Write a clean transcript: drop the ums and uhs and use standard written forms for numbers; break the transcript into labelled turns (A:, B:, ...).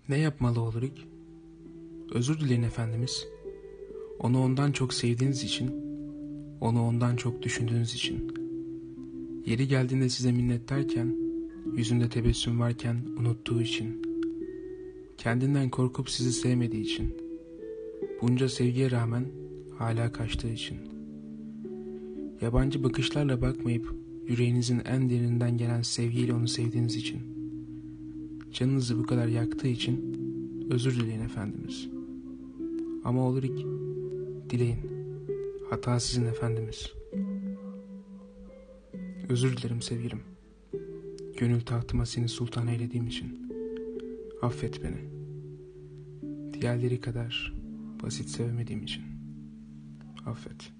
A: Ne yapmalı Ulrik? Özür dileyin Efendimiz. Onu ondan çok sevdiğiniz için, onu ondan çok düşündüğünüz için. Yeri geldiğinde size minnettarken, yüzünde tebessüm varken unuttuğu için. Kendinden korkup sizi sevmediği için. Bunca sevgiye rağmen hala kaçtığı için. Yabancı bakışlarla bakmayıp yüreğinizin en derininden gelen sevgiyle onu sevdiğiniz için. Canınızı bu kadar yaktığı için özür dileyin Efendimiz. Ama Ulrik, dileyin. Hata sizin Efendimiz. Özür dilerim sevgilim. Gönül tahtıma seni sultan eylediğim için. Affet beni. Diğerleri kadar basit sevmediğim için. Affet.